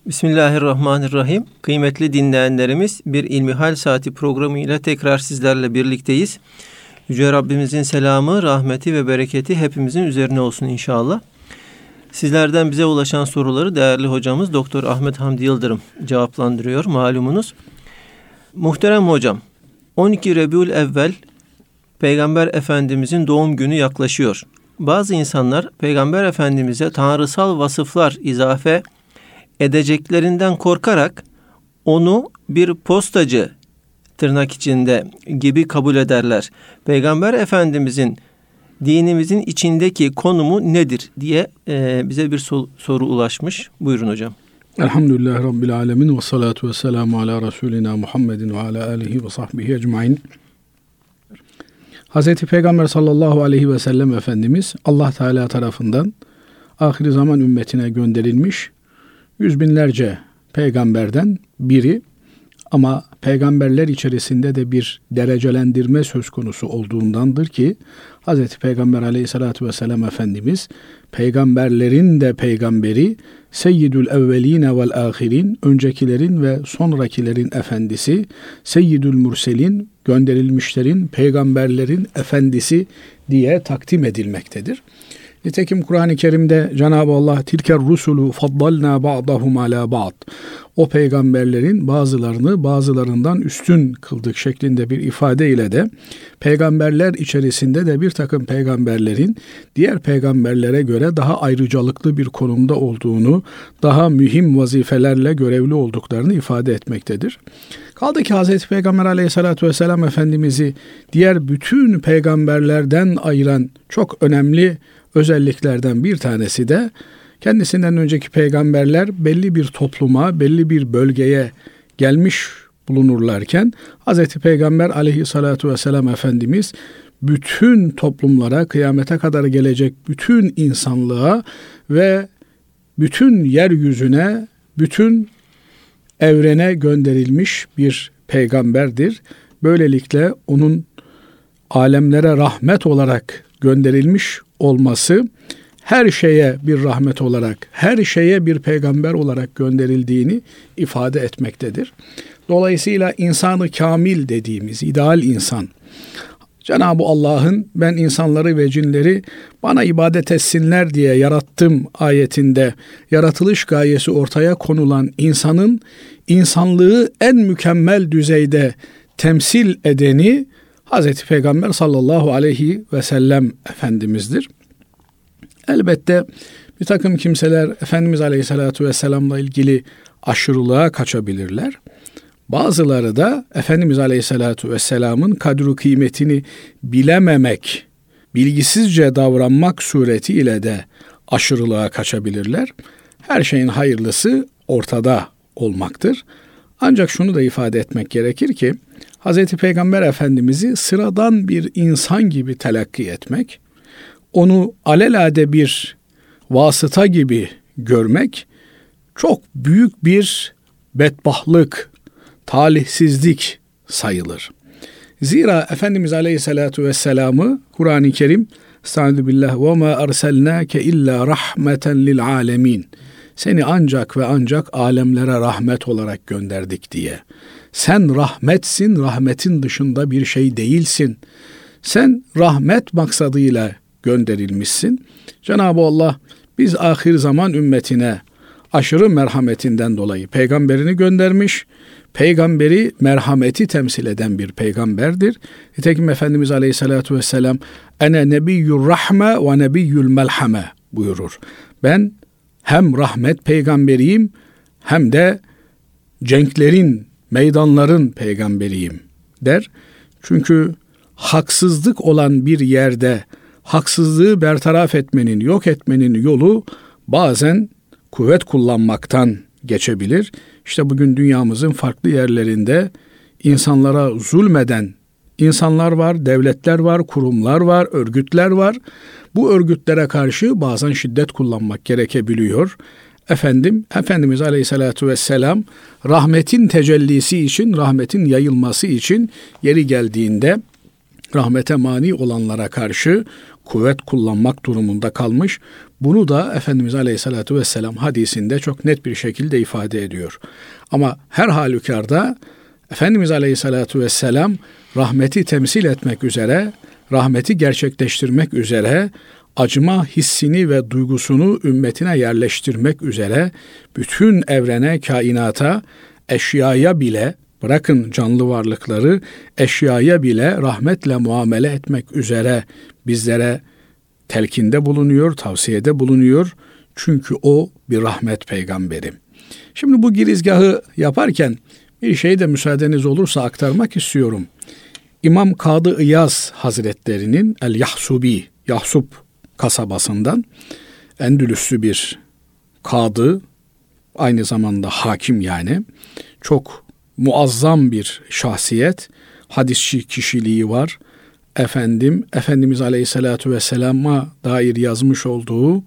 Bismillahirrahmanirrahim. Kıymetli dinleyenlerimiz, bir İlmihal Saati programıyla tekrar sizlerle birlikteyiz. Yüce Rabbimizin selamı, rahmeti ve bereketi hepimizin üzerine olsun inşallah. Sizlerden bize ulaşan soruları değerli hocamız Doktor Ahmet Hamdi Yıldırım cevaplandırıyor malumunuz. Muhterem hocam, 12 Rebiülevvel Peygamber Efendimizin doğum günü yaklaşıyor. Bazı insanlar Peygamber Efendimiz'e tanrısal vasıflar izafe edeceklerinden korkarak onu bir postacı tırnak içinde gibi kabul ederler. Peygamber Efendimizin dinimizin içindeki konumu nedir diye bize bir soru ulaşmış. Buyurun hocam. Elhamdülillahi Rabbil alemin ve salatu ve selamu ala Resulina Muhammedin ve ala alihi ve sahbihi ecmain. Hazreti Peygamber sallallahu aleyhi ve sellem Efendimiz Allah Teala tarafından ahir zaman ümmetine gönderilmiş yüz binlerce peygamberden biri, ama peygamberler içerisinde de bir derecelendirme söz konusu olduğundandır ki Hz. Peygamber aleyhissalatü vesselam Efendimiz peygamberlerin de peygamberi, seyyidül evveline vel ahirin, öncekilerin ve sonrakilerin efendisi, seyyidül murselin, gönderilmişlerin, peygamberlerin efendisi diye takdim edilmektedir. Nitekim Kur'an-ı Kerim'de Cenab-ı Allah tilker rusulu faddalna ba'dahum ala ba'd, o peygamberlerin bazılarını bazılarından üstün kıldık şeklinde bir ifade ile de peygamberler içerisinde de bir takım peygamberlerin diğer peygamberlere göre daha ayrıcalıklı bir konumda olduğunu, daha mühim vazifelerle görevli olduklarını ifade etmektedir. Kaldı ki Hz. Peygamber aleyhissalatü vesselam Efendimiz'i diğer bütün peygamberlerden ayıran çok önemli özelliklerden bir tanesi de kendisinden önceki peygamberler belli bir topluma, belli bir bölgeye gelmiş bulunurlarken Hz. Peygamber aleyhissalatu vesselam Efendimiz bütün toplumlara, kıyamete kadar gelecek bütün insanlığa ve bütün yeryüzüne, bütün evrene gönderilmiş bir peygamberdir. Böylelikle onun alemlere rahmet olarak gönderilmiş olması, her şeye bir rahmet olarak, her şeye bir peygamber olarak gönderildiğini ifade etmektedir. Dolayısıyla insanı kamil dediğimiz ideal insan, Cenab-ı Allah'ın ben insanları ve cinleri bana ibadet etsinler diye yarattım ayetinde yaratılış gayesi ortaya konulan insanın insanlığı en mükemmel düzeyde temsil edeni Hz. Peygamber sallallahu aleyhi ve sellem Efendimiz'dir. Elbette bir takım kimseler Efendimiz aleyhissalatu vesselam'la ilgili aşırılığa kaçabilirler. Bazıları da Efendimiz aleyhissalatu vesselam'ın kadru kıymetini bilememek, bilgisizce davranmak suretiyle de aşırılığa kaçabilirler. Her şeyin hayırlısı ortada olmaktır. Ancak şunu da ifade etmek gerekir ki Hz. Peygamber Efendimiz'i sıradan bir insan gibi telakki etmek, onu alelade bir vasıta gibi görmek çok büyük bir bedbahtlık, talihsizlik sayılır. Zira Efendimiz Aleyhisselatü Vesselam'ı Kur'an-ı Kerim Estaizu billah ve ma erselnâke illa rahmeten lil âlemin, seni ancak ve ancak alemlere rahmet olarak gönderdik diye. Sen rahmetsin, rahmetin dışında bir şey değilsin. Sen rahmet maksadıyla gönderilmişsin. Cenab-ı Allah biz ahir zaman ümmetine aşırı merhametinden dolayı peygamberini göndermiş. Peygamberi merhameti temsil eden bir peygamberdir. Nitekim Efendimiz Aleyhisselatü Vesselam ene nebiyyur rahme ve nebiyyül melhame buyurur. Ben hem rahmet peygamberiyim hem de cenklerin, meydanların peygamberiyim der. Çünkü haksızlık olan bir yerde haksızlığı bertaraf etmenin, yok etmenin yolu bazen kuvvet kullanmaktan geçebilir. İşte bugün dünyamızın farklı yerlerinde insanlara zulmeden insanlar var, devletler var, kurumlar var, örgütler var. Bu örgütlere karşı bazen şiddet kullanmak gerekebiliyor. Efendimiz Aleyhisselatü Vesselam rahmetin tecellisi için, rahmetin yayılması için yeri geldiğinde rahmete mani olanlara karşı kuvvet kullanmak durumunda kalmış. Bunu da Efendimiz Aleyhisselatü Vesselam hadisinde çok net bir şekilde ifade ediyor. Ama her halükarda Efendimiz Aleyhisselatü Vesselam rahmeti temsil etmek üzere, rahmeti gerçekleştirmek üzere, acıma hissini ve duygusunu ümmetine yerleştirmek üzere bütün evrene, kainata, eşyaya bile, bırakın canlı varlıkları, eşyaya bile rahmetle muamele etmek üzere bizlere telkinde bulunuyor, tavsiyede bulunuyor. Çünkü o bir rahmet peygamberi. Şimdi bu girizgahı yaparken bir şey de müsaadeniz olursa aktarmak istiyorum. İmam Kadı İyaz Hazretlerinin El-Yahsubi, Yahsub kasabasından Endülüslü bir kadı, aynı zamanda hakim yani. Çok muazzam bir şahsiyet, hadisçi kişiliği var. Efendimiz Aleyhisselatü Vesselam'a dair yazmış olduğu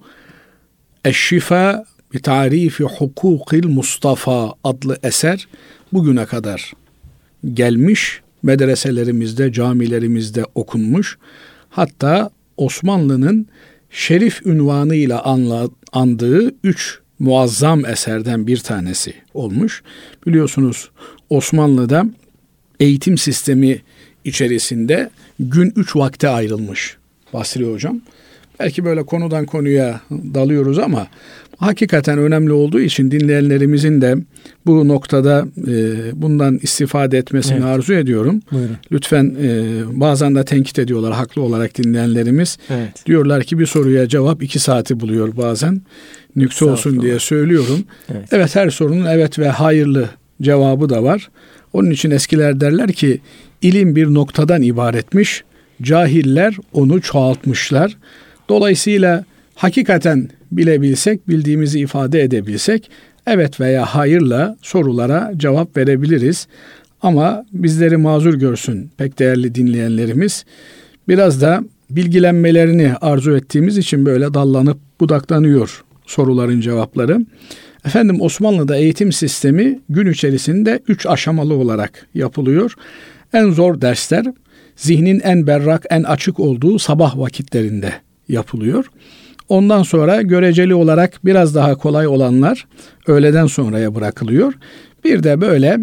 Eşşifa bi tarifi hukukil Mustafa adlı eser bugüne kadar gelmiş, medreselerimizde, camilerimizde okunmuş. Hatta Osmanlı'nın şerif ünvanıyla andığı 3 muazzam eserden bir tanesi olmuş. Biliyorsunuz Osmanlı'da eğitim sistemi içerisinde gün 3 vakte ayrılmış Basri Hocam. Belki böyle konudan konuya dalıyoruz ama hakikaten önemli olduğu için dinleyenlerimizin de bu noktada bundan istifade etmesini arzu ediyorum. Buyurun. Lütfen bazen de tenkit ediyorlar haklı olarak dinleyenlerimiz. Evet. Diyorlar ki bir soruya cevap 2 saati buluyor bazen. Nükse olsun diye söylüyorum. Evet, her sorunun evet ve hayırlı cevabı da var. Onun için eskiler derler ki ilim bir noktadan ibaretmiş. Cahiller onu çoğaltmışlar. Dolayısıyla hakikaten bilebilsek, bildiğimizi ifade edebilsek evet veya hayırla sorulara cevap verebiliriz. Ama bizleri mazur görsün pek değerli dinleyenlerimiz. Biraz da bilgilenmelerini arzu ettiğimiz için böyle dallanıp budaklanıyor soruların cevapları. Efendim, Osmanlı'da eğitim sistemi gün içerisinde 3 aşamalı olarak yapılıyor. En zor dersler zihnin en berrak, en açık olduğu sabah vakitlerinde yapılıyor. Ondan sonra göreceli olarak biraz daha kolay olanlar öğleden sonraya bırakılıyor. Bir de böyle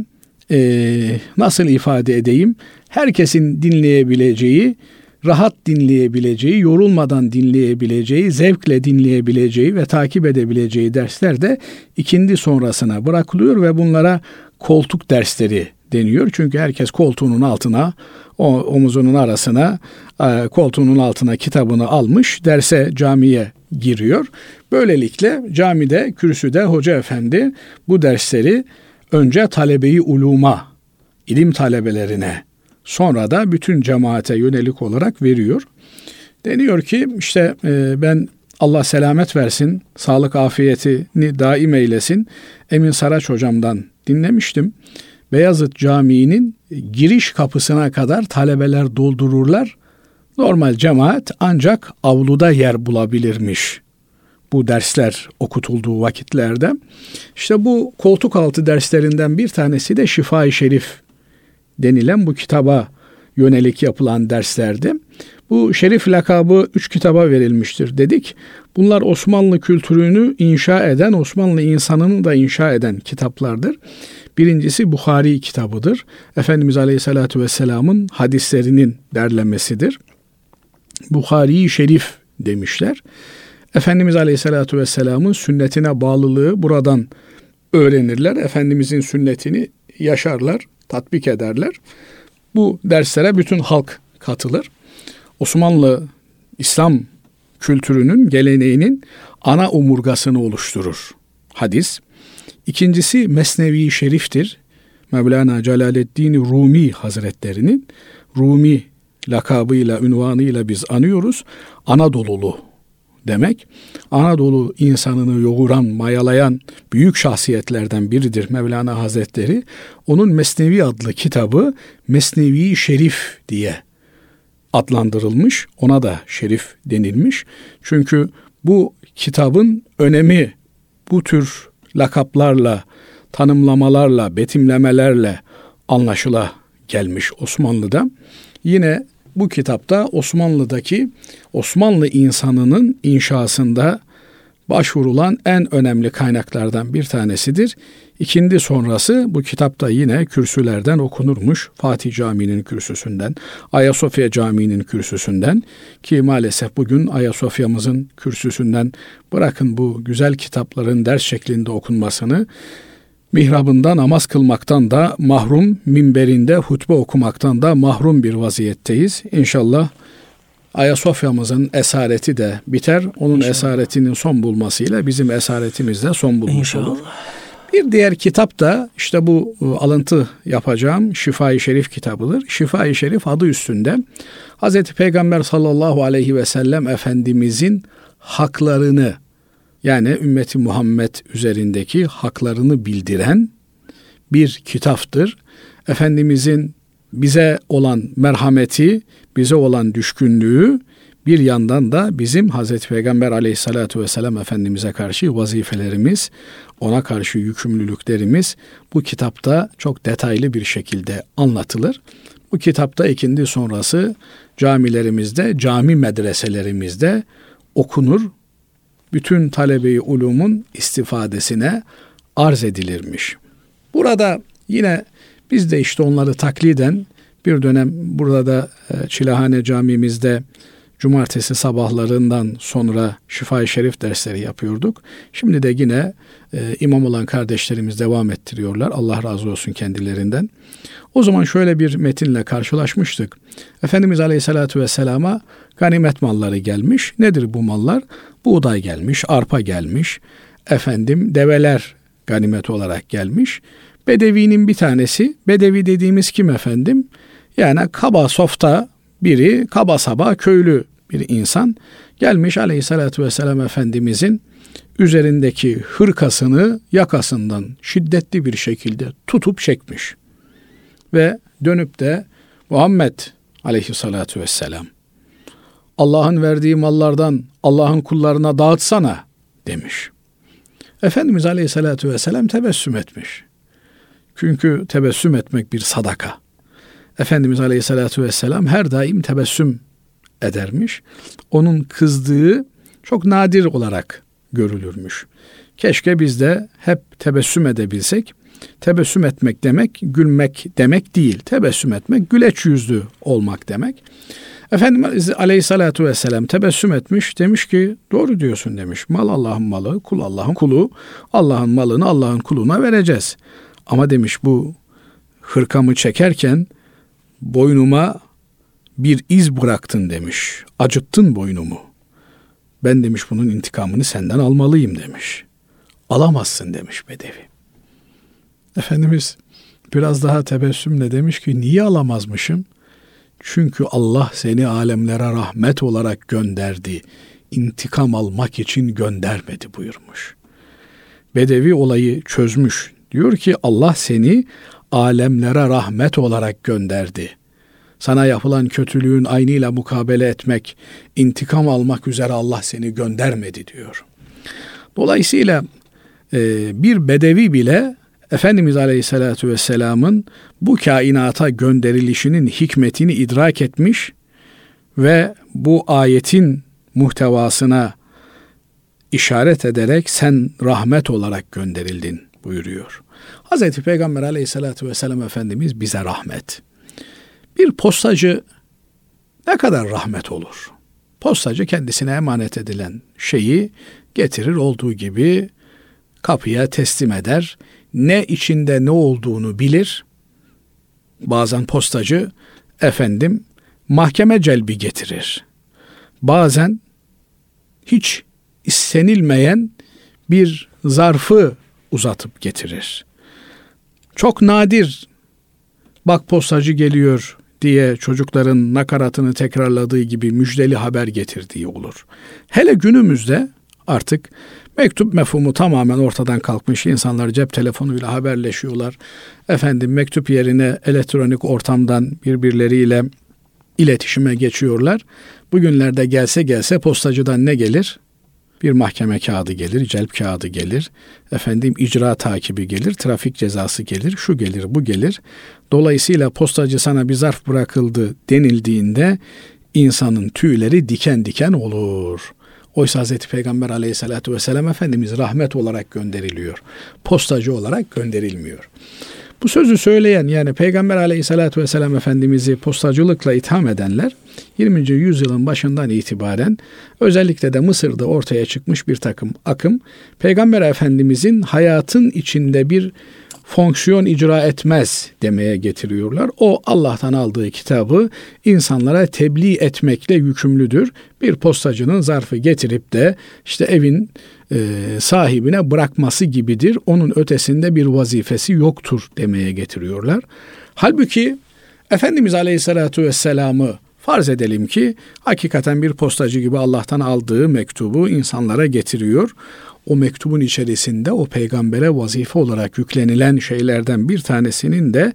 nasıl ifade edeyim, herkesin dinleyebileceği, rahat dinleyebileceği, yorulmadan dinleyebileceği, zevkle dinleyebileceği ve takip edebileceği dersler de ikindi sonrasına bırakılıyor ve bunlara koltuk dersleri deniyor. Çünkü herkes koltuğunun altına, omuzunun arasına, koltuğunun altına kitabını almış, derse, camiye giriyor. Böylelikle camide, kürsüde hoca efendi bu dersleri önce talebeyi uluma, ilim talebelerine, sonra da bütün cemaate yönelik olarak veriyor. Deniyor ki işte ben Allah selamet versin, sağlık afiyetini daim eylesin, Emin Saraç hocamdan dinlemiştim. Beyazıt Camii'nin giriş kapısına kadar talebeler doldururlar. Normal cemaat ancak avluda yer bulabilirmiş bu dersler okutulduğu vakitlerde. İşte bu koltuk altı derslerinden bir tanesi de Şifa-i Şerif denilen bu kitaba yönelik yapılan derslerdi. Bu şerif lakabı 3 kitaba verilmiştir dedik. Bunlar Osmanlı kültürünü inşa eden, Osmanlı insanını da inşa eden kitaplardır. Birincisi Buhari kitabıdır. Efendimiz Aleyhisselatü Vesselam'ın hadislerinin derlemesidir. Buhari-i Şerif demişler. Efendimiz Aleyhisselatü Vesselam'ın sünnetine bağlılığı buradan öğrenirler. Efendimizin sünnetini yaşarlar, tatbik ederler. Bu derslere bütün halk katılır. Osmanlı İslam kültürünün, geleneğinin ana omurgasını oluşturur hadis. İkincisi Mesnevi Şerif'tir. Mevlana Celaleddin Rumi Hazretlerinin Rumi lakabıyla, ünvanıyla biz anıyoruz. Anadolulu demek. Anadolu insanını yoğuran, mayalayan büyük şahsiyetlerden biridir Mevlana Hazretleri. Onun Mesnevi adlı kitabı Mesnevi Şerif diye adlandırılmış. Ona da şerif denilmiş. Çünkü bu kitabın önemi bu tür lakaplarla, tanımlamalarla, betimlemelerle anlaşıla gelmiş Osmanlı'da. Yine bu kitapta Osmanlı'daki Osmanlı insanının inşasında başvurulan en önemli kaynaklardan bir tanesidir. İkindi sonrası bu kitapta yine kürsülerden okunurmuş. Fatih Camii'nin kürsüsünden, Ayasofya Camii'nin kürsüsünden, ki maalesef bugün Ayasofya'mızın kürsüsünden bırakın bu güzel kitapların ders şeklinde okunmasını, mihrabında namaz kılmaktan da mahrum, minberinde hutbe okumaktan da mahrum bir vaziyetteyiz. İnşallah Ayasofya'mızın esareti de biter. Onun İnşallah esaretinin son bulmasıyla bizim esaretimiz de son bulmuş İnşallah olur. Bir diğer kitap da işte bu alıntı yapacağım Şifa-i Şerif kitabıdır. Şifa-i Şerif adı üstünde Hazreti Peygamber sallallahu aleyhi ve sellem Efendimizin haklarını, yani ümmeti Muhammed üzerindeki haklarını bildiren bir kitaptır. Efendimizin bize olan merhameti, bize olan düşkünlüğü, bir yandan da bizim Hazreti Peygamber aleyhissalatu vesselam Efendimiz'e karşı vazifelerimiz, ona karşı yükümlülüklerimiz bu kitapta çok detaylı bir şekilde anlatılır. Bu kitapta ikindi sonrası camilerimizde, cami medreselerimizde okunur. Bütün talebe-i ulumun istifadesine arz edilirmiş. Burada yine biz de işte onları takliden bir dönem burada Çilehane Camimizde cumartesi sabahlarından sonra Şifa-i Şerif dersleri yapıyorduk. Şimdi de yine imam olan kardeşlerimiz devam ettiriyorlar. Allah razı olsun kendilerinden. O zaman şöyle bir metinle karşılaşmıştık. Efendimiz Aleyhisselatü Vesselam'a ganimet malları gelmiş. Nedir bu mallar? Buğday gelmiş, arpa gelmiş, develer ganimet olarak gelmiş. Bedevinin bir tanesi, bedevi dediğimiz kim efendim? Yani kaba softa biri, kaba saba köylü bir insan gelmiş Aleyhisselatü Vesselam Efendimizin üzerindeki hırkasını yakasından şiddetli bir şekilde tutup çekmiş. Ve dönüp de Muhammed Aleyhisselatü Vesselam, Allah'ın verdiği mallardan Allah'ın kullarına dağıtsana demiş. Efendimiz Aleyhisselatü Vesselam tebessüm etmiş. Çünkü tebessüm etmek bir sadaka. Efendimiz Aleyhisselatü Vesselam her daim tebessüm edermiş. Onun kızdığı çok nadir olarak görülürmüş. Keşke biz de hep tebessüm edebilsek. Tebessüm etmek demek gülmek demek değil. Tebessüm etmek güleç yüzlü olmak demek. Efendimiz Aleyhisselatü Vesselam tebessüm etmiş, demiş ki doğru diyorsun demiş. Mal Allah'ın malı, kul Allah'ın kulu. Allah'ın malını Allah'ın kuluna vereceğiz. Ama demiş bu hırkamı çekerken boynuma bir iz bıraktın demiş. Acıttın boynumu. Ben demiş bunun intikamını senden almalıyım demiş. Alamazsın demiş bedevi. Efendimiz biraz daha tebessümle demiş ki niye alamazmışım? Çünkü Allah seni alemlere rahmet olarak gönderdi. İntikam almak için göndermedi buyurmuş. Bedevi olayı çözmüş. Diyor ki Allah seni alemlere rahmet olarak gönderdi. Sana yapılan kötülüğün aynıyla mukabele etmek, intikam almak üzere Allah seni göndermedi diyor. Dolayısıyla bir bedevi bile Efendimiz Aleyhisselatü Vesselam'ın bu kainata gönderilişinin hikmetini idrak etmiş ve bu ayetin muhtevasına işaret ederek sen rahmet olarak gönderildin buyuruyor. Hazreti Peygamber Aleyhisselatü Vesselam Efendimiz bize rahmet. Bir postacı ne kadar rahmet olur? Postacı kendisine emanet edilen şeyi getirir olduğu gibi kapıya teslim eder. Ne içinde ne olduğunu bilir. Bazen postacı mahkeme celbi getirir. Bazen hiç istenilmeyen bir zarfı uzatıp getirir. Çok nadir bak postacı geliyor diye çocukların nakaratını tekrarladığı gibi müjdeli haber getirdiği olur. Hele günümüzde artık mektup mefhumu tamamen ortadan kalkmış. İnsanlar cep telefonuyla haberleşiyorlar. Mektup yerine elektronik ortamdan birbirleriyle iletişime geçiyorlar. Bugünlerde gelse postacıdan ne gelir? Bir mahkeme kağıdı gelir, celp kağıdı gelir, icra takibi gelir, trafik cezası gelir, şu gelir, bu gelir. Dolayısıyla postacı sana bir zarf bırakıldı denildiğinde insanın tüyleri diken diken olur. Oysa Hazreti Peygamber aleyhissalatü vesselam Efendimiz rahmet olarak gönderiliyor. Postacı olarak gönderilmiyor. Bu sözü söyleyen, yani Peygamber aleyhissalatü vesselam Efendimiz'i postacılıkla itham edenler 20. yüzyılın başından itibaren özellikle de Mısır'da ortaya çıkmış bir takım akım, Peygamber Efendimiz'in hayatın içinde bir fonksiyon icra etmez demeye getiriyorlar. O Allah'tan aldığı kitabı insanlara tebliğ etmekle yükümlüdür. Bir postacının zarfı getirip de işte evin sahibine bırakması gibidir. Onun ötesinde bir vazifesi yoktur demeye getiriyorlar. Halbuki Efendimiz Aleyhisselatü Vesselam'ı farz edelim ki hakikaten bir postacı gibi Allah'tan aldığı mektubu insanlara getiriyor. O mektubun içerisinde o peygambere vazife olarak yüklenilen şeylerden bir tanesinin de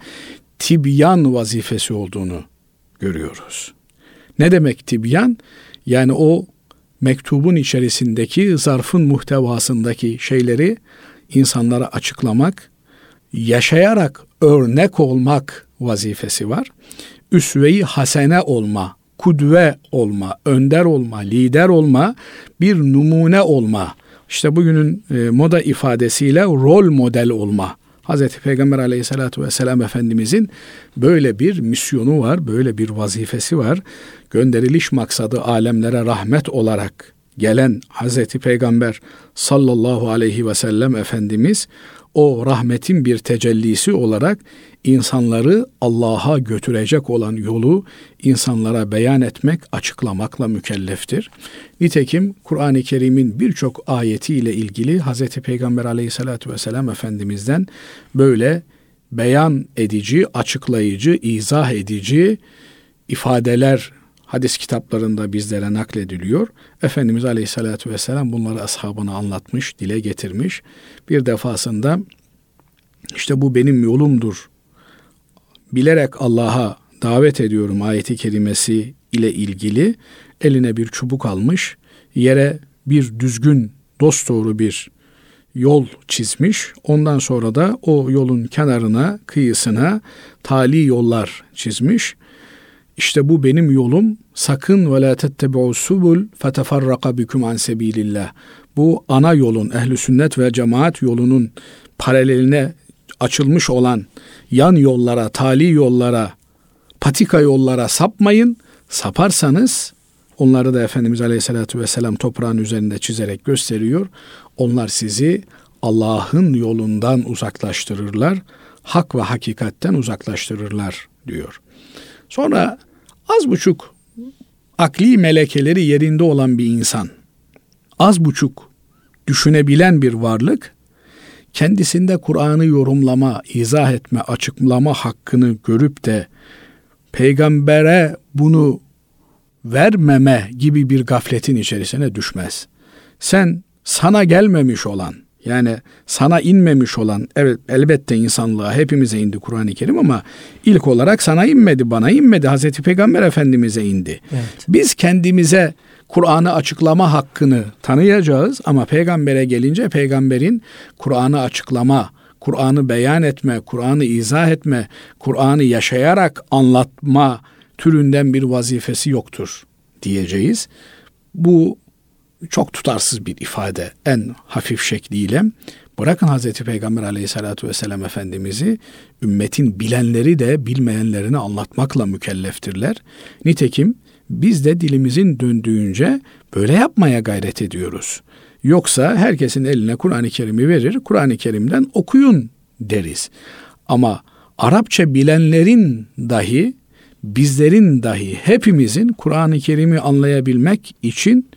tibyan vazifesi olduğunu görüyoruz. Ne demek tibyan? Yani o mektubun içerisindeki zarfın muhtevasındaki şeyleri insanlara açıklamak, yaşayarak örnek olmak vazifesi var. Üsve-i hasene olma, kudve olma, önder olma, lider olma, bir numune olma. İşte bugünün moda ifadesiyle rol model olma. Hazreti Peygamber aleyhissalatü vesselam Efendimizin böyle bir misyonu var, böyle bir vazifesi var. Gönderiliş maksadı alemlere rahmet olarak gelen Hazreti Peygamber sallallahu aleyhi ve sellem Efendimiz o rahmetin bir tecellisi olarak insanları Allah'a götürecek olan yolu insanlara beyan etmek, açıklamakla mükelleftir. Nitekim Kur'an-ı Kerim'in birçok ayetiyle ilgili Hazreti Peygamber aleyhissalatü vesselam Efendimiz'den böyle beyan edici, açıklayıcı, izah edici ifadeler hadis kitaplarında bizlere naklediliyor. Efendimiz Aleyhisselatü Vesselam bunları ashabına anlatmış, dile getirmiş. Bir defasında işte bu benim yolumdur, bilerek Allah'a davet ediyorum ayeti kerimesi ile ilgili eline bir çubuk almış, yere bir düzgün, dosdoğru bir yol çizmiş. Ondan sonra da o yolun kenarına, kıyısına tali yollar çizmiş. İşte bu benim yolum. Sakın ve la tettebi'us subul feteferraka bikum an sebilillah. Bu ana yolun, ehl-i sünnet ve cemaat yolunun paraleline açılmış olan yan yollara, tali yollara, patika yollara sapmayın. Saparsanız onları da Efendimiz Aleyhisselatü Vesselam toprağın üzerinde çizerek gösteriyor. Onlar sizi Allah'ın yolundan uzaklaştırırlar. Hak ve hakikatten uzaklaştırırlar diyor. Sonra az buçuk akli melekeleri yerinde olan bir insan, az buçuk düşünebilen bir varlık, kendisinde Kur'an'ı yorumlama, izah etme, açıklama hakkını görüp de peygambere bunu vermeme gibi bir gafletin içerisine düşmez. Sen sana gelmemiş olan, yani sana inmemiş olan, evet elbette insanlığa hepimize indi Kur'an-ı Kerim ama ilk olarak sana inmedi, bana inmedi, Hazreti Peygamber Efendimiz'e indi. Evet. Biz kendimize Kur'an'ı açıklama hakkını tanıyacağız ama peygambere gelince peygamberin Kur'an'ı açıklama, Kur'an'ı beyan etme, Kur'an'ı izah etme, Kur'an'ı yaşayarak anlatma türünden bir vazifesi yoktur diyeceğiz. Bu çok tutarsız bir ifade en hafif şekliyle. Bırakın Hazreti Peygamber aleyhissalatü vesselam Efendimiz'i, ümmetin bilenleri de bilmeyenlerini anlatmakla mükelleftirler. Nitekim biz de dilimizin döndüğünce böyle yapmaya gayret ediyoruz. Yoksa herkesin eline Kur'an-ı Kerim'i verir, Kur'an-ı Kerim'den okuyun deriz. Ama Arapça bilenlerin dahi, bizlerin dahi, hepimizin Kur'an-ı Kerim'i anlayabilmek için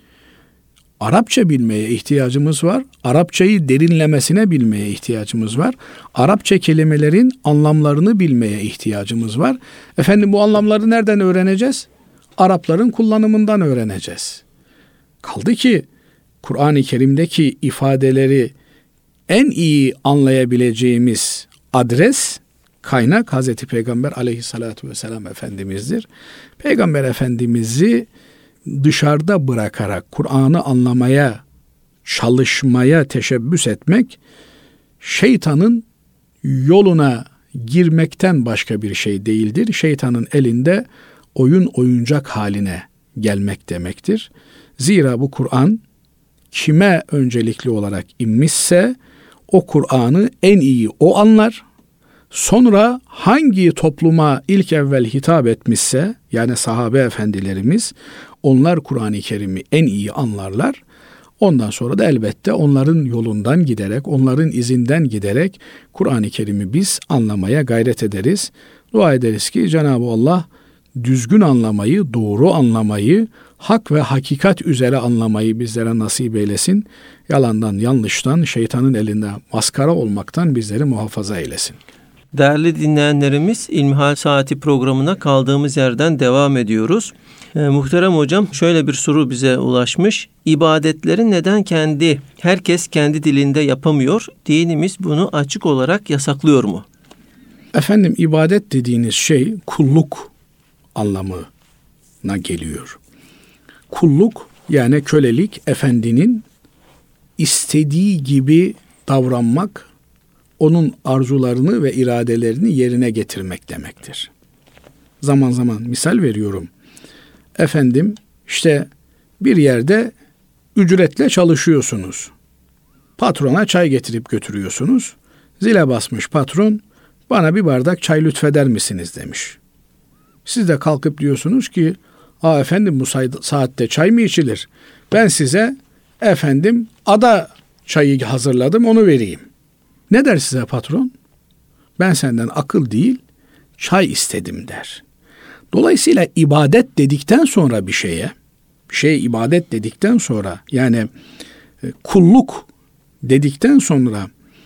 Arapça bilmeye ihtiyacımız var. Arapçayı derinlemesine bilmeye ihtiyacımız var. Arapça kelimelerin anlamlarını bilmeye ihtiyacımız var. Efendim bu anlamları nereden öğreneceğiz? Arapların kullanımından öğreneceğiz. Kaldı ki Kur'an-ı Kerim'deki ifadeleri en iyi anlayabileceğimiz adres, kaynak Hazreti Peygamber aleyhissalatü vesselam Efendimiz'dir. Peygamber Efendimiz'i dışarıda bırakarak Kur'an'ı anlamaya, çalışmaya teşebbüs etmek, şeytanın yoluna girmekten başka bir şey değildir. Şeytanın elinde oyuncak haline gelmek demektir. Zira bu Kur'an kime öncelikli olarak inmişse o Kur'an'ı en iyi o anlar. Sonra hangi topluma ilk evvel hitap etmişse, yani sahabe efendilerimiz, onlar Kur'an-ı Kerim'i en iyi anlarlar. Ondan sonra da elbette onların yolundan giderek, onların izinden giderek Kur'an-ı Kerim'i biz anlamaya gayret ederiz. Dua ederiz ki Cenab-ı Allah düzgün anlamayı, doğru anlamayı, hak ve hakikat üzere anlamayı bizlere nasip eylesin. Yalandan, yanlıştan, şeytanın elinde maskara olmaktan bizleri muhafaza eylesin. Değerli dinleyenlerimiz, İlmihal Saati programına kaldığımız yerden devam ediyoruz. Muhterem hocam, şöyle bir soru bize ulaşmış. İbadetleri neden herkes kendi dilinde yapamıyor? Dinimiz bunu açık olarak yasaklıyor mu? Efendim, ibadet dediğiniz şey kulluk anlamına geliyor. Kulluk yani kölelik, efendinin istediği gibi davranmak, onun arzularını ve iradelerini yerine getirmek demektir. Zaman zaman misal veriyorum. Efendim, işte bir yerde ücretle çalışıyorsunuz. Patrona çay getirip götürüyorsunuz. Zile basmış patron, bana bir bardak çay lütfeder misiniz demiş. Siz de kalkıp diyorsunuz ki, efendim bu saatte çay mı içilir? Ben size efendim ada çayı hazırladım, onu vereyim. Ne der size patron? Ben senden akıl değil, çay istedim der. Dolayısıyla ibadet dedikten sonra bir şeye ibadet dedikten sonra, yani kulluk dedikten sonra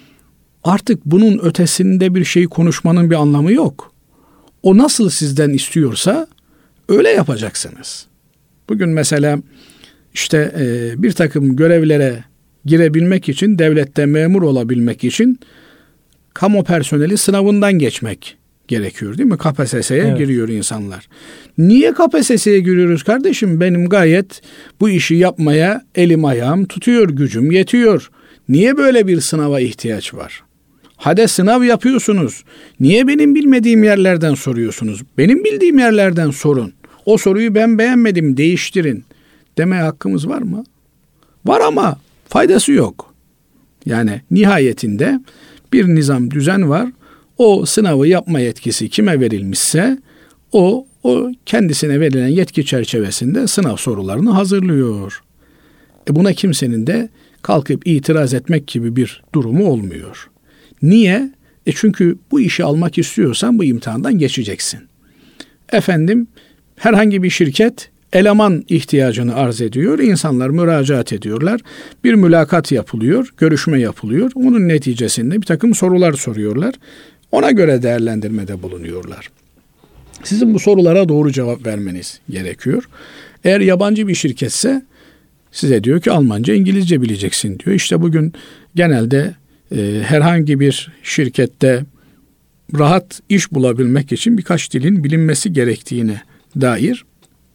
artık bunun ötesinde bir şey konuşmanın bir anlamı yok. O nasıl sizden istiyorsa öyle yapacaksınız. Bugün mesela işte bir takım görevlere girebilmek için, devlette memur olabilmek için kamu personeli sınavından geçmek gerekiyor, değil mi? KPSS'ye giriyor insanlar. Niye KPSS'ye giriyoruz kardeşim? Benim gayet bu işi yapmaya elim ayağım tutuyor, gücüm yetiyor. Niye böyle bir sınava ihtiyaç var? Hadi sınav yapıyorsunuz. Niye benim bilmediğim yerlerden soruyorsunuz? Benim bildiğim yerlerden sorun. O soruyu ben beğenmedim, değiştirin demeye hakkımız var mı? Var ama faydası yok. Yani nihayetinde bir nizam, düzen var. O sınavı yapma yetkisi kime verilmişse o kendisine verilen yetki çerçevesinde sınav sorularını hazırlıyor. Buna kimsenin de kalkıp itiraz etmek gibi bir durumu olmuyor. Niye? Çünkü bu işi almak istiyorsan bu imtihandan geçeceksin. Efendim, herhangi bir şirket eleman ihtiyacını arz ediyor. İnsanlar müracaat ediyorlar. Bir mülakat yapılıyor, görüşme yapılıyor. Onun neticesinde bir takım sorular soruyorlar. Ona göre değerlendirmede bulunuyorlar. Sizin bu sorulara doğru cevap vermeniz gerekiyor. Eğer yabancı bir şirketse size diyor ki Almanca, İngilizce bileceksin diyor. İşte bugün genelde herhangi bir şirkette rahat iş bulabilmek için birkaç dilin bilinmesi gerektiğine dair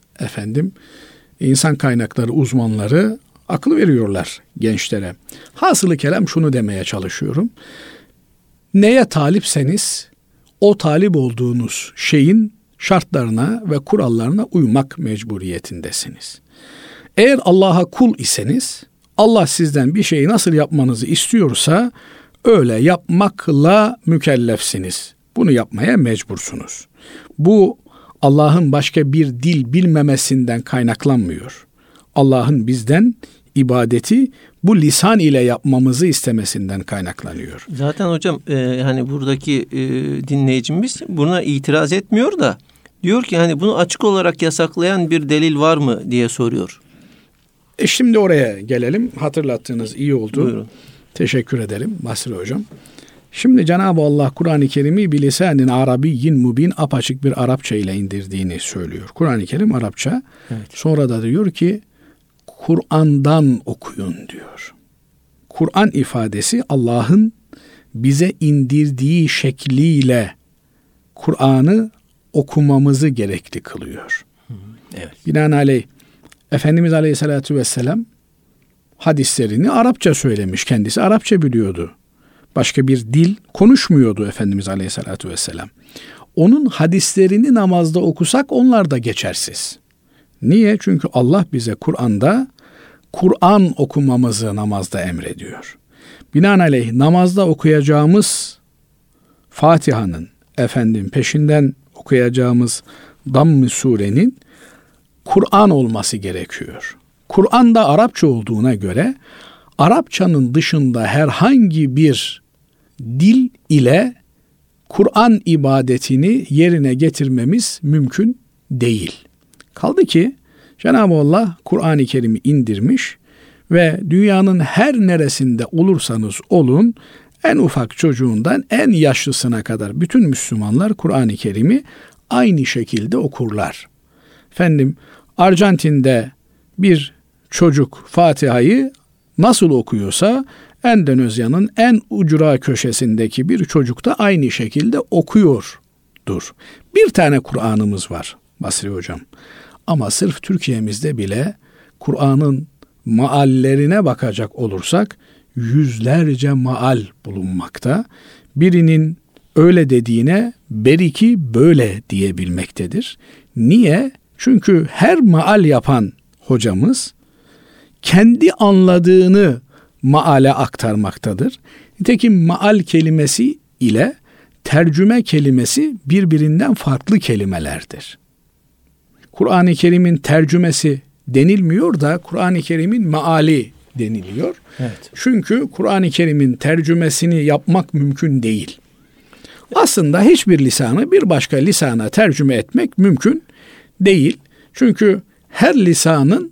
insan kaynakları uzmanları akıl veriyorlar gençlere. Hasılı kelam şunu demeye çalışıyorum. Neye talipseniz o talip olduğunuz şeyin şartlarına ve kurallarına uymak mecburiyetindesiniz. Eğer Allah'a kul iseniz, Allah sizden bir şeyi nasıl yapmanızı istiyorsa öyle yapmakla mükellefsiniz. Bunu yapmaya mecbursunuz. Bu Allah'ın başka bir dil bilmemesinden kaynaklanmıyor. Allah'ın bizden ibadeti bu lisan ile yapmamızı istemesinden kaynaklanıyor. Zaten hocam hani buradaki dinleyicimiz buna itiraz etmiyor da diyor ki hani bunu açık olarak yasaklayan bir delil var mı diye soruyor. Şimdi oraya gelelim. Hatırlattığınız iyi oldu. Buyurun. Teşekkür ederim Basri Hocam. Şimdi Cenab-ı Allah Kur'an-ı Kerim'i bilisanin arabiyyin mubin, apaçık bir Arapça ile indirdiğini söylüyor. Kur'an-ı Kerim Arapça. Evet. Sonra da diyor ki Kur'an'dan okuyun diyor. Kur'an ifadesi Allah'ın bize indirdiği şekliyle Kur'an'ı okumamızı gerekli kılıyor. Evet. Binaenaleyh Efendimiz Aleyhisselatü Vesselam hadislerini Arapça söylemiş. Kendisi Arapça biliyordu. Başka bir dil konuşmuyordu Efendimiz Aleyhisselatü Vesselam. Onun hadislerini namazda okusak onlar da geçersiz. Niye? Çünkü Allah bize Kur'an'da Kur'an okumamızı namazda emrediyor. Binaenaleyh namazda okuyacağımız Fatiha'nın peşinden okuyacağımız Damm-ı Sure'nin Kur'an olması gerekiyor. Kur'an da Arapça olduğuna göre Arapçanın dışında herhangi bir dil ile Kur'an ibadetini yerine getirmemiz mümkün değil. Kaldı ki Cenab-ı Allah Kur'an-ı Kerim'i indirmiş ve dünyanın her neresinde olursanız olun, en ufak çocuğundan en yaşlısına kadar bütün Müslümanlar Kur'an-ı Kerim'i aynı şekilde okurlar. Arjantin'de bir çocuk Fatiha'yı nasıl okuyorsa Endonezya'nın en ucra köşesindeki bir çocuk da aynı şekilde okuyordur. Bir tane Kur'an'ımız var Basri Hocam. Ama sırf Türkiye'mizde bile Kur'an'ın maallerine bakacak olursak yüzlerce maal bulunmakta. Birinin öyle dediğine beriki böyle diyebilmektedir. Niye? Çünkü her maal yapan hocamız kendi anladığını maale aktarmaktadır. Nitekim maal kelimesi ile tercüme kelimesi birbirinden farklı kelimelerdir. Kur'an-ı Kerim'in tercümesi denilmiyor da Kur'an-ı Kerim'in maali deniliyor. Evet. Çünkü Kur'an-ı Kerim'in tercümesini yapmak mümkün değil. Aslında hiçbir lisanı bir başka lisana tercüme etmek mümkün değil. Çünkü her lisanın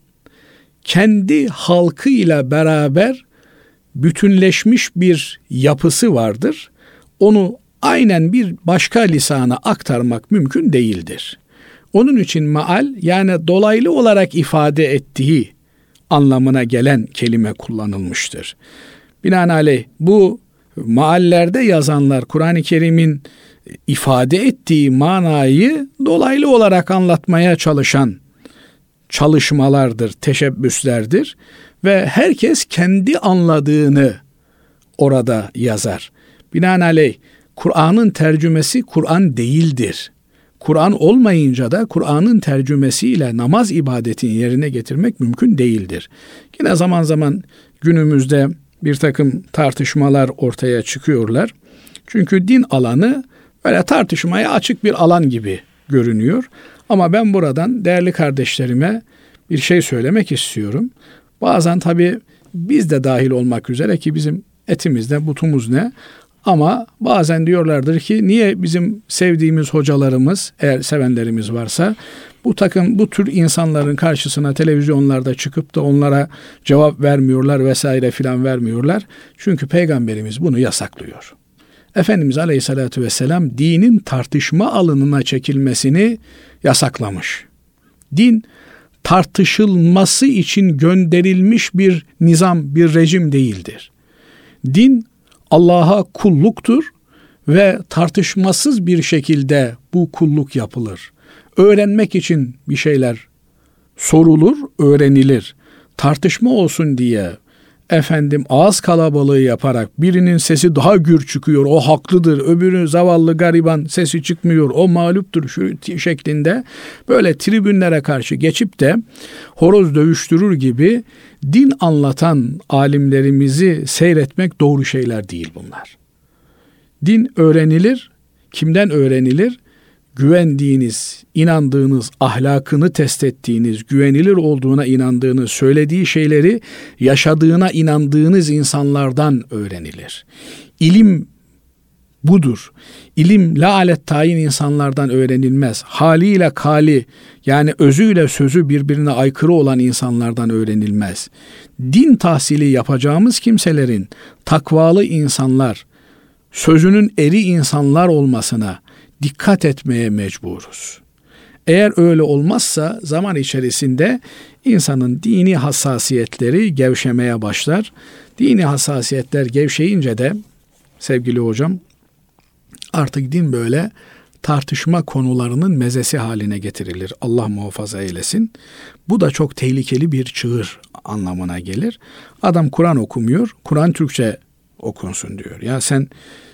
kendi halkıyla beraber bütünleşmiş bir yapısı vardır. Onu aynen bir başka lisana aktarmak mümkün değildir. Onun için maal, yani dolaylı olarak ifade ettiği anlamına gelen kelime kullanılmıştır. Binaenaleyh bu maallerde yazanlar Kur'an-ı Kerim'in ifade ettiği manayı dolaylı olarak anlatmaya çalışan çalışmalardır, teşebbüslerdir ve herkes kendi anladığını orada yazar. Binaenaleyh Kur'an'ın tercümesi Kur'an değildir. Kur'an olmayınca da Kur'an'ın tercümesiyle namaz ibadetini yerine getirmek mümkün değildir. Yine zaman zaman günümüzde bir takım tartışmalar ortaya çıkıyorlar. Çünkü din alanı böyle tartışmaya açık bir alan gibi görünüyor. Ama ben buradan değerli kardeşlerime bir şey söylemek istiyorum. Bazen tabii biz de dahil olmak üzere, ki bizim etimiz ne, butumuz ne? Ama bazen diyorlardır ki niye bizim sevdiğimiz hocalarımız, eğer sevenlerimiz varsa, bu tür insanların karşısına televizyonlarda çıkıp da onlara cevap vermiyorlar vesaire filan vermiyorlar. Çünkü Peygamberimiz bunu yasaklıyor. Efendimiz Aleyhisselatü Vesselam dinin tartışma alanına çekilmesini yasaklamış. Din tartışılması için gönderilmiş bir nizam, bir rejim değildir. Din Allah'a kulluktur ve tartışmasız bir şekilde bu kulluk yapılır. Öğrenmek için bir şeyler sorulur, öğrenilir. Tartışma olsun diye ağız kalabalığı yaparak birinin sesi daha gür çıkıyor, o haklıdır, öbürü zavallı gariban sesi çıkmıyor, o mağluptur şu şeklinde böyle tribünlere karşı geçip de horoz dövüştürür gibi din anlatan alimlerimizi seyretmek doğru şeyler değil bunlar. Din öğrenilir. Kimden öğrenilir? Güvendiğiniz, inandığınız, ahlakını test ettiğiniz, güvenilir olduğuna inandığınız, söylediği şeyleri yaşadığına inandığınız insanlardan öğrenilir. İlim budur. İlim la alet tayin insanlardan öğrenilmez. Haliyle kali, yani özüyle sözü birbirine aykırı olan insanlardan öğrenilmez. Din tahsili yapacağımız kimselerin takvalı insanlar, sözünün eri insanlar olmasına dikkat etmeye mecburuz. Eğer öyle olmazsa zaman içerisinde insanın dini hassasiyetleri gevşemeye başlar. Dini hassasiyetler gevşeyince de sevgili hocam artık din böyle tartışma konularının mezesi haline getirilir. Allah muhafaza eylesin. Bu da çok tehlikeli bir çığır anlamına gelir. Adam Kur'an okumuyor, Kur'an Türkçe okunsun diyor. Ya sen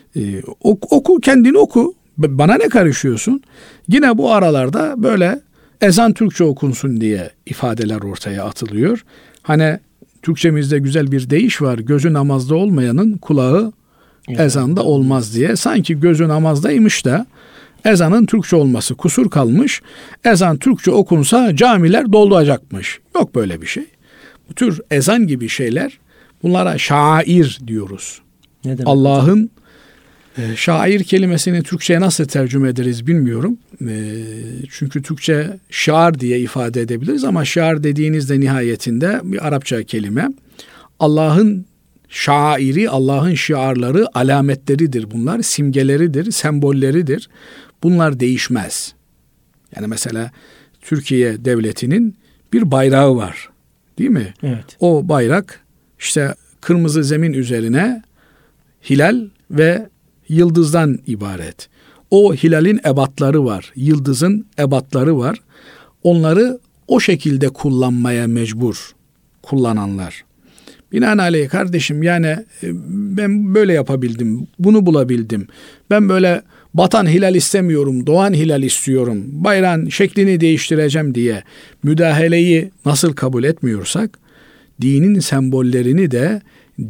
oku, kendini oku. Bana ne karışıyorsun? Yine bu aralarda böyle ezan Türkçe okunsun diye ifadeler ortaya atılıyor. Hani Türkçemizde güzel bir deyiş var. Gözü namazda olmayanın kulağı ezanda olmaz diye. Sanki gözü namazdaymış da ezanın Türkçe olması kusur kalmış. Ezan Türkçe okunsa camiler dolacakmış. Yok böyle bir şey. Bu tür ezan gibi şeyler, bunlara şair diyoruz. Ne demek? Allah'ın şair kelimesini Türkçe'ye nasıl tercüme ederiz bilmiyorum. Çünkü Türkçe şiar diye ifade edebiliriz ama şiar dediğinizde nihayetinde bir Arapça kelime. Allah'ın şairi, Allah'ın şiarları, alametleridir bunlar, simgeleridir, sembolleridir. Bunlar değişmez. Yani mesela Türkiye Devleti'nin bir bayrağı var, değil mi? Evet. O bayrak işte kırmızı zemin üzerine hilal ve yıldızdan ibaret. O hilalin ebatları var, yıldızın ebatları var. Onları o şekilde kullanmaya mecbur kullananlar. Binaenaleyh kardeşim, yani ben böyle yapabildim, bunu bulabildim. Ben böyle batan hilal istemiyorum, doğan hilal istiyorum, bayrağın şeklini değiştireceğim diye müdahaleyi nasıl kabul etmiyorsak, dinin sembollerini de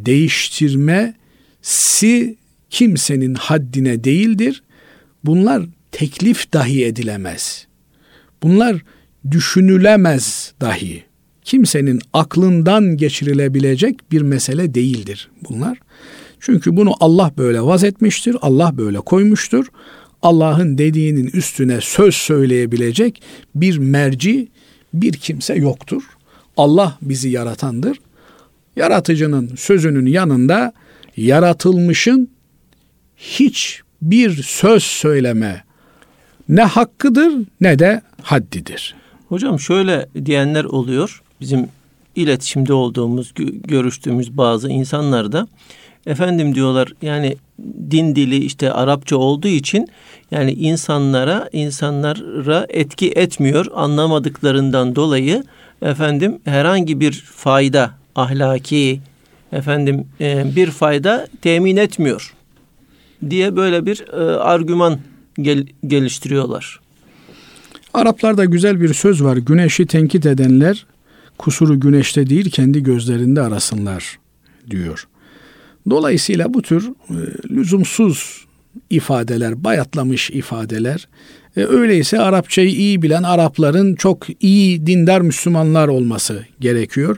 değiştirmesi kimsenin haddine değildir. Bunlar teklif dahi edilemez. Bunlar düşünülemez dahi. Kimsenin aklından geçirilebilecek bir mesele değildir bunlar. Çünkü bunu Allah böyle vazetmiştir, Allah böyle koymuştur. Allah'ın dediğinin üstüne söz söyleyebilecek bir merci, bir kimse yoktur. Allah bizi yaratandır. Yaratıcının sözünün yanında yaratılmışın hiçbir söz söyleme ne hakkıdır ne de haddidir. Hocam şöyle diyenler oluyor. Bizim iletişimde olduğumuz, görüştüğümüz bazı insanlar da efendim diyorlar, yani din dili işte Arapça olduğu için yani insanlara etki etmiyor, anlamadıklarından dolayı efendim herhangi bir fayda, ahlaki bir fayda temin etmiyor diye böyle bir argüman geliştiriyorlar. Araplarda güzel bir söz var. Güneşi tenkit edenler kusuru güneşte değil kendi gözlerinde arasınlar diyor. Dolayısıyla bu tür lüzumsuz ifadeler, bayatlamış ifadeler, öyleyse Arapçayı iyi bilen Arapların çok iyi dindar Müslümanlar olması gerekiyor.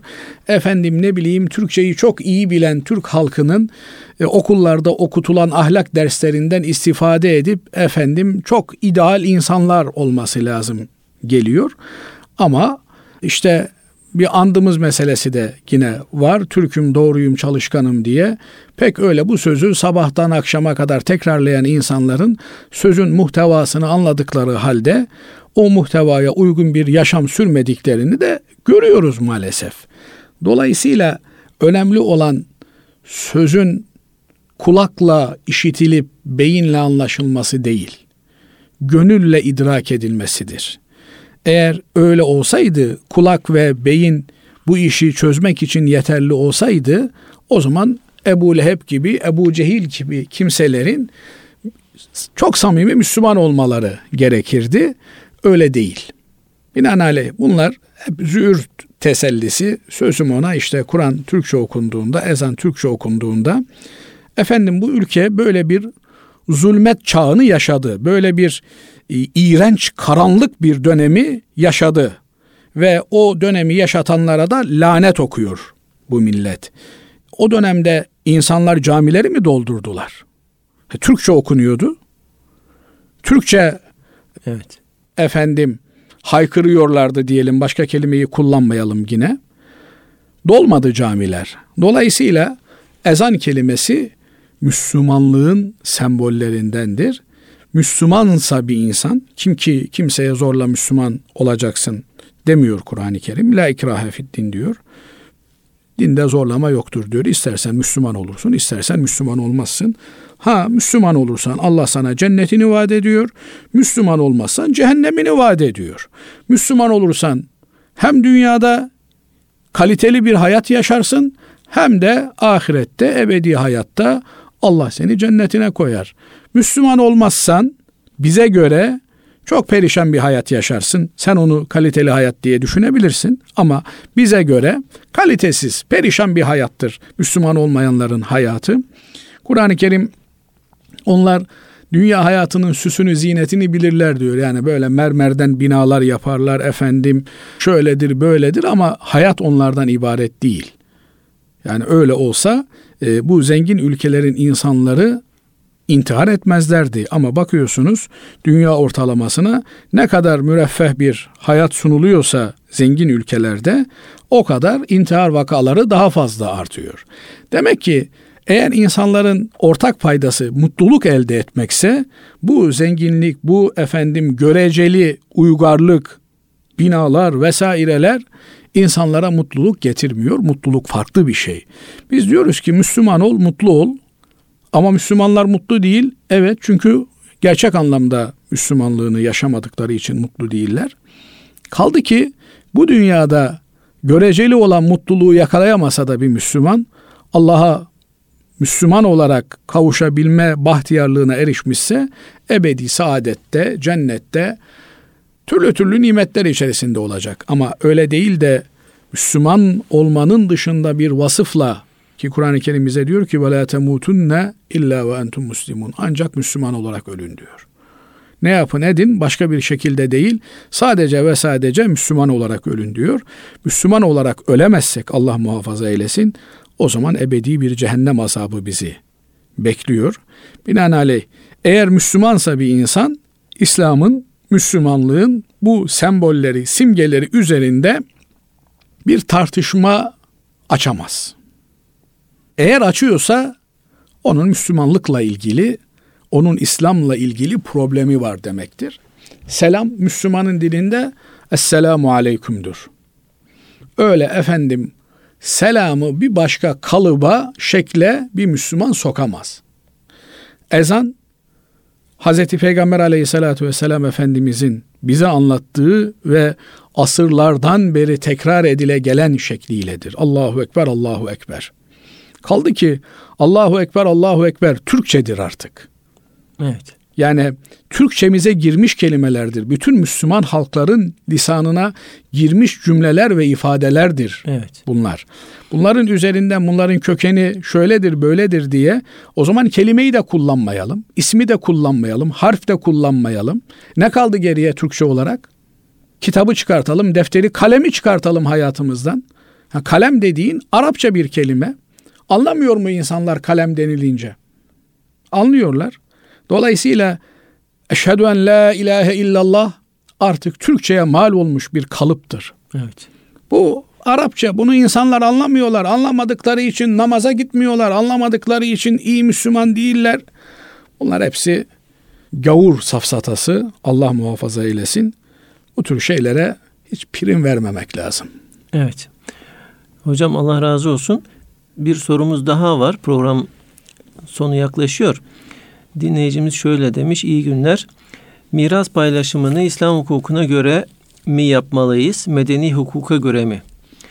Türkçeyi çok iyi bilen Türk halkının okullarda okutulan ahlak derslerinden istifade edip çok ideal insanlar olması lazım geliyor. Ama işte bir andımız meselesi de yine var. Türk'üm, doğruyum, çalışkanım diye pek öyle bu sözü sabahtan akşama kadar tekrarlayan insanların sözün muhtevasını anladıkları halde o muhtevaya uygun bir yaşam sürmediklerini de görüyoruz maalesef. Dolayısıyla önemli olan sözün kulakla işitilip beyinle anlaşılması değil, gönülle idrak edilmesidir. Eğer öyle olsaydı, kulak ve beyin bu işi çözmek için yeterli olsaydı, o zaman Ebu Leheb gibi, Ebu Cehil gibi kimselerin çok samimi Müslüman olmaları gerekirdi. Öyle değil. Binaenaleyh bunlar hep züğürt tesellisi. Sözüm ona, işte Kur'an Türkçe okunduğunda, ezan Türkçe okunduğunda, bu ülke böyle bir zulmet çağını yaşadı. Böyle bir iğrenç, karanlık bir dönemi yaşadı. Ve o dönemi yaşatanlara da lanet okuyor bu millet. O dönemde insanlar camileri mi doldurdular? Türkçe okunuyordu. Türkçe haykırıyorlardı diyelim, başka kelimeyi kullanmayalım yine. Dolmadı camiler. Dolayısıyla ezan kelimesi Müslümanlığın sembollerindendir. Müslümansa bir insan, kimseye zorla Müslüman olacaksın demiyor Kur'an-ı Kerim. La ikrahe fi'd-din diyor. Dinde zorlama yoktur diyor. İstersen Müslüman olursun, istersen Müslüman olmazsın. Müslüman olursan Allah sana cennetini vaat ediyor. Müslüman olmazsan cehennemini vaat ediyor. Müslüman olursan hem dünyada kaliteli bir hayat yaşarsın, hem de ahirette, ebedi hayatta Allah seni cennetine koyar. Müslüman olmazsan bize göre Çok perişan bir hayat yaşarsın. Sen onu kaliteli hayat diye düşünebilirsin. Ama bize göre kalitesiz, perişan bir hayattır Müslüman olmayanların hayatı. Kur'an-ı Kerim onlar dünya hayatının süsünü, zinetini bilirler diyor. Yani böyle mermerden binalar yaparlar efendim. Şöyledir, böyledir ama hayat onlardan ibaret değil. Yani öyle olsa bu zengin ülkelerin insanları intihar etmezlerdi. Ama bakıyorsunuz dünya ortalamasına ne kadar müreffeh bir hayat sunuluyorsa zengin ülkelerde o kadar intihar vakaları daha fazla artıyor. Demek ki eğer insanların ortak paydası mutluluk elde etmekse bu zenginlik, bu göreceli uygarlık, binalar vesaireler insanlara mutluluk getirmiyor. Mutluluk farklı bir şey. Biz diyoruz ki Müslüman ol, mutlu ol. Ama Müslümanlar mutlu değil. Evet, çünkü gerçek anlamda Müslümanlığını yaşamadıkları için mutlu değiller. Kaldı ki bu dünyada göreceli olan mutluluğu yakalayamasa da bir Müslüman Allah'a Müslüman olarak kavuşabilme bahtiyarlığına erişmişse ebedi saadette, cennette türlü türlü nimetler içerisinde olacak. Ama öyle değil de Müslüman olmanın dışında bir vasıfla, ki Kur'an-ı Kerim bize diyor ki وَلَا تَمُوتُنَّ اِلَّا وَاَنْتُمْ مُسْلِمُونَ ancak Müslüman olarak ölün diyor. Ne yapın edin başka bir şekilde değil, sadece ve sadece Müslüman olarak ölün diyor. Müslüman olarak ölemezsek Allah muhafaza eylesin, o zaman ebedi bir cehennem azabı bizi bekliyor. Binaenaleyh eğer Müslümansa bir insan, İslam'ın, Müslümanlığın bu sembolleri, simgeleri üzerinde bir tartışma açamaz. Eğer açıyorsa onun Müslümanlıkla ilgili, onun İslam'la ilgili problemi var demektir. Selam Müslümanın dilinde Esselamu Aleyküm'dür. Öyle selamı bir başka kalıba, şekle bir Müslüman sokamaz. Ezan, Hazreti Peygamber Aleyhisselatü Vesselam Efendimizin bize anlattığı ve asırlardan beri tekrar edile gelen şekliyledir. Allahu Ekber, Allahu Ekber. Kaldı ki Allahu Ekber, Allahu Ekber Türkçedir artık. Evet. Yani Türkçemize girmiş kelimelerdir. Bütün Müslüman halkların lisanına girmiş cümleler ve ifadelerdir bunlar. Bunların üzerinden bunların kökeni şöyledir, böyledir diye o zaman kelimeyi de kullanmayalım, ismi de kullanmayalım, harf de kullanmayalım. Ne kaldı geriye Türkçe olarak? Kitabı çıkartalım, defteri, kalemi çıkartalım hayatımızdan. Kalem dediğin Arapça bir kelime. Anlamıyor mu insanlar kalem denilince? Anlıyorlar. Dolayısıyla eşhedü en la ilahe illallah artık Türkçe'ye mal olmuş bir kalıptır. Evet. Bu Arapça, bunu insanlar anlamıyorlar. Anlamadıkları için namaza gitmiyorlar. Anlamadıkları için iyi Müslüman değiller. Bunlar hepsi gavur safsatası. Allah muhafaza eylesin. Bu tür şeylere hiç prim vermemek lazım. Evet. Hocam Allah razı olsun. Bir sorumuz daha var. Program sonu yaklaşıyor. Dinleyicimiz şöyle demiş. İyi günler. Miras paylaşımını İslam hukukuna göre mi yapmalıyız? Medeni hukuka göre mi?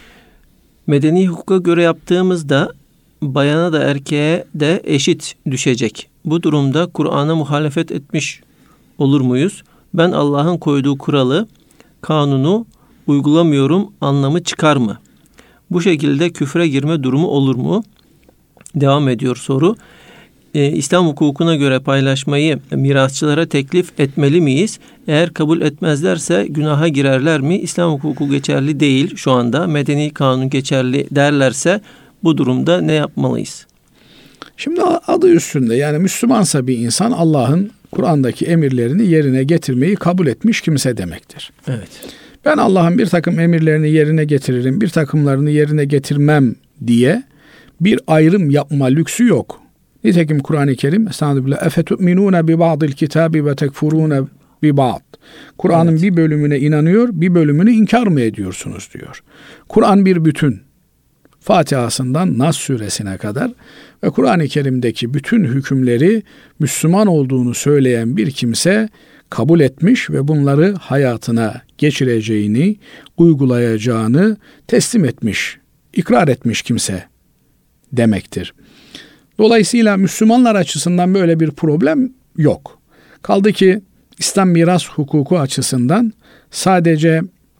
Medeni hukuka göre yaptığımızda bayana da erkeğe de eşit düşecek. Bu durumda Kur'an'a muhalefet etmiş olur muyuz? Ben Allah'ın koyduğu kuralı, kanunu uygulamıyorum anlamı çıkar mı? Bu şekilde küfre girme durumu olur mu? Devam ediyor soru. İslam hukukuna göre paylaşmayı mirasçılara teklif etmeli miyiz? Eğer kabul etmezlerse günaha girerler mi? İslam hukuku geçerli değil şu anda. Medeni kanun geçerli derlerse bu durumda ne yapmalıyız? Şimdi adı üstünde, yani Müslümansa bir insan Allah'ın Kur'an'daki emirlerini yerine getirmeyi kabul etmiş kimse demektir. Evet. Ben Allah'ın bir takım emirlerini yerine getiririm, bir takımlarını yerine getirmem diye bir ayrım yapma lüksü yok. Nitekim Kur'an-ı Kerim estağfirullah efetu'minune bi ba'dil kitabi ve tekfurune bi ba'd. Kur'an'ın bir bölümüne inanıyor, bir bölümünü inkar mı ediyorsunuz diyor. Kur'an bir bütün. Fatiha'sından Nas suresine kadar ve Kur'an-ı Kerim'deki bütün hükümleri Müslüman olduğunu söyleyen bir kimse kabul etmiş ve bunları hayatına geçireceğini, uygulayacağını teslim etmiş, ikrar etmiş kimse demektir. Dolayısıyla Müslümanlar açısından böyle bir problem yok. Kaldı ki İslam miras hukuku açısından sadece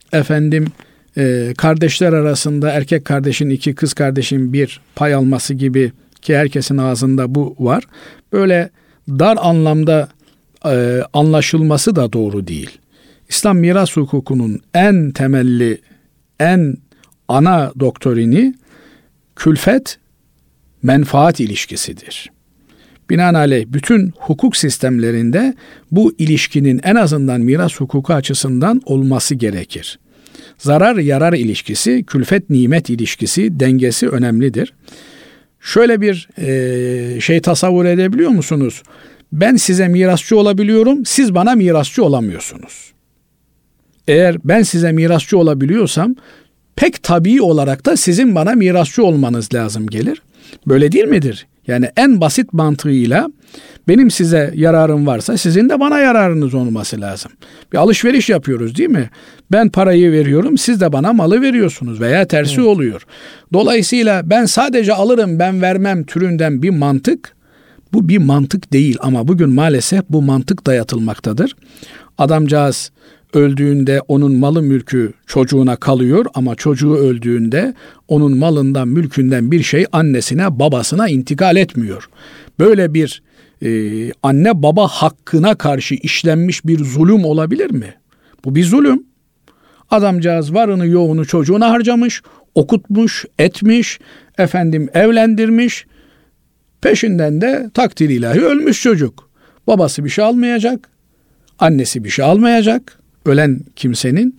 kardeşler arasında erkek kardeşin 2, kız kardeşin 1 pay alması gibi, ki herkesin ağzında bu var. Böyle dar anlamda anlaşılması da doğru değil. İslam miras hukukunun en temelli, en ana doktrini külfet menfaat ilişkisidir. Binaenaleyh bütün hukuk sistemlerinde bu ilişkinin en azından miras hukuku açısından olması gerekir. Zarar yarar ilişkisi, külfet nimet ilişkisi dengesi önemlidir. Şöyle bir şey tasavvur edebiliyor musunuz? Ben size mirasçı olabiliyorum, siz bana mirasçı olamıyorsunuz. Eğer ben size mirasçı olabiliyorsam pek tabii olarak da sizin bana mirasçı olmanız lazım gelir. Böyle değil midir? Yani en basit mantığıyla benim size yararım varsa sizin de bana yararınız olması lazım. Bir alışveriş yapıyoruz değil mi? Ben parayı veriyorum, siz de bana malı veriyorsunuz veya tersi oluyor. Dolayısıyla ben sadece alırım, ben vermem türünden bir mantık, bu bir mantık değil ama bugün maalesef bu mantık dayatılmaktadır. Adamcağız öldüğünde onun malı mülkü çocuğuna kalıyor ama çocuğu öldüğünde onun malından mülkünden bir şey annesine babasına intikal etmiyor. Böyle bir anne baba hakkına karşı işlenmiş bir zulüm olabilir mi? Bu bir zulüm. Adamcağız varını yoğunu çocuğuna harcamış, okutmuş, etmiş, evlendirmiş. Peşinden de takdir ilahi ölmüş çocuk. Babası bir şey almayacak, annesi bir şey almayacak. Ölen kimsenin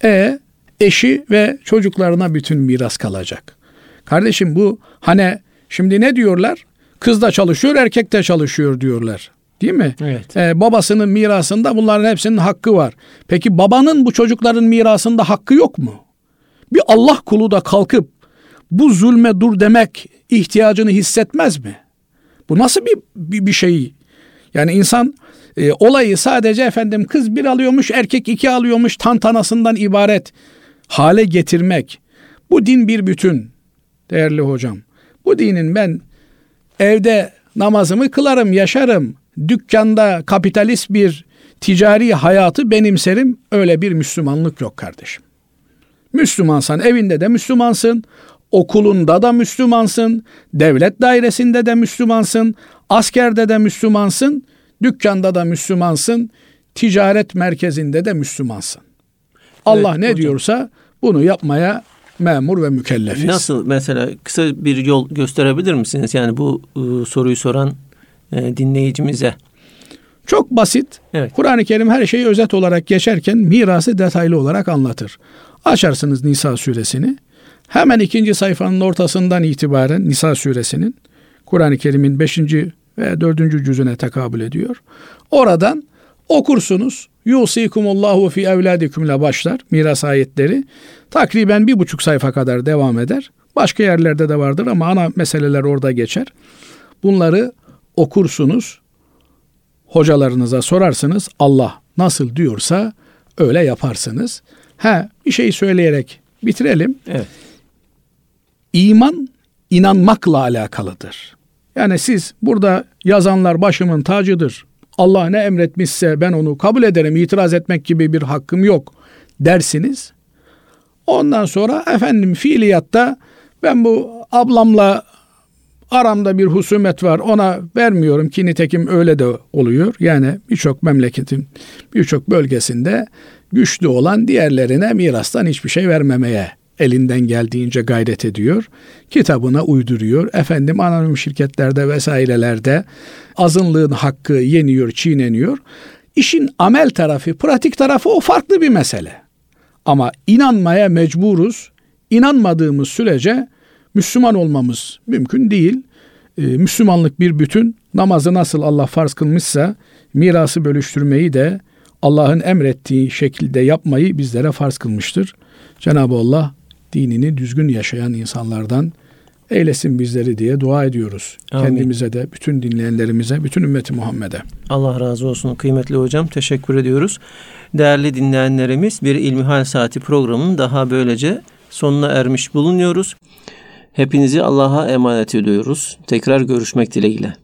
eşi ve çocuklarına bütün miras kalacak. Kardeşim bu hani şimdi ne diyorlar? Kız da çalışıyor, erkek de çalışıyor diyorlar. Değil mi? Evet. Babasının mirasında bunların hepsinin hakkı var. Peki babanın bu çocukların mirasında hakkı yok mu? Bir Allah kulu da kalkıp bu zulme dur demek ihtiyacını hissetmez mi? Bu nasıl bir şey? Yani insan olayı sadece kız 1 alıyormuş, erkek 2 alıyormuş tantanasından ibaret hale getirmek. Bu din bir bütün değerli hocam. Bu dinin ben evde namazımı kılarım, yaşarım. Dükkanda kapitalist bir ticari hayatı benimserim. Öyle bir Müslümanlık yok kardeşim. Müslümansan evinde de Müslümansın, okulunda da Müslümansın, devlet dairesinde de Müslümansın, askerde de Müslümansın, dükkanda da Müslümansın, ticaret merkezinde de Müslümansın. Allah evet, ne hocam diyorsa bunu yapmaya memur ve mükellefiz. Nasıl mesela kısa bir yol gösterebilir misiniz? Yani bu soruyu soran dinleyicimize. Çok basit. Evet. Kur'an-ı Kerim her şeyi özet olarak geçerken mirası detaylı olarak anlatır. Açarsınız Nisa suresini. Hemen 2. sayfanın ortasından itibaren Nisa suresinin Kur'an-ı Kerim'in 5. ve 4. cüzüne tekabül ediyor. Oradan okursunuz. Yusikumullahu fi evladikum ile başlar miras ayetleri. Takriben 1,5 sayfa kadar devam eder. Başka yerlerde de vardır ama ana meseleler orada geçer. Bunları okursunuz. Hocalarınıza sorarsınız. Allah nasıl diyorsa öyle yaparsınız. Bir şey söyleyerek bitirelim. Evet. İman inanmakla alakalıdır. Yani siz burada yazanlar başımın tacıdır. Allah ne emretmişse ben onu kabul ederim. İtiraz etmek gibi bir hakkım yok dersiniz. Ondan sonra fiiliyatta ben bu ablamla aramda bir husumet var, ona vermiyorum ki nitekim öyle de oluyor. Yani birçok memleketin birçok bölgesinde güçlü olan diğerlerine mirastan hiçbir şey vermemeye elinden geldiğince gayret ediyor. Kitabına uyduruyor. Anonim şirketlerde vesairelerde azınlığın hakkı yeniyor, çiğneniyor. İşin amel tarafı, pratik tarafı o farklı bir mesele. Ama inanmaya mecburuz. İnanmadığımız sürece Müslüman olmamız mümkün değil. Müslümanlık bir bütün. Namazı nasıl Allah farz kılmışsa mirası bölüştürmeyi de Allah'ın emrettiği şekilde yapmayı bizlere farz kılmıştır. Cenab-ı Allah dinini düzgün yaşayan insanlardan eylesin bizleri diye dua ediyoruz. Amin. Kendimize de, bütün dinleyenlerimize, bütün ümmeti Muhammed'e. Allah razı olsun kıymetli hocam. Teşekkür ediyoruz. Değerli dinleyenlerimiz, bir İlmihal Saati programının daha böylece sonuna ermiş bulunuyoruz. Hepinizi Allah'a emanet ediyoruz. Tekrar görüşmek dileğiyle.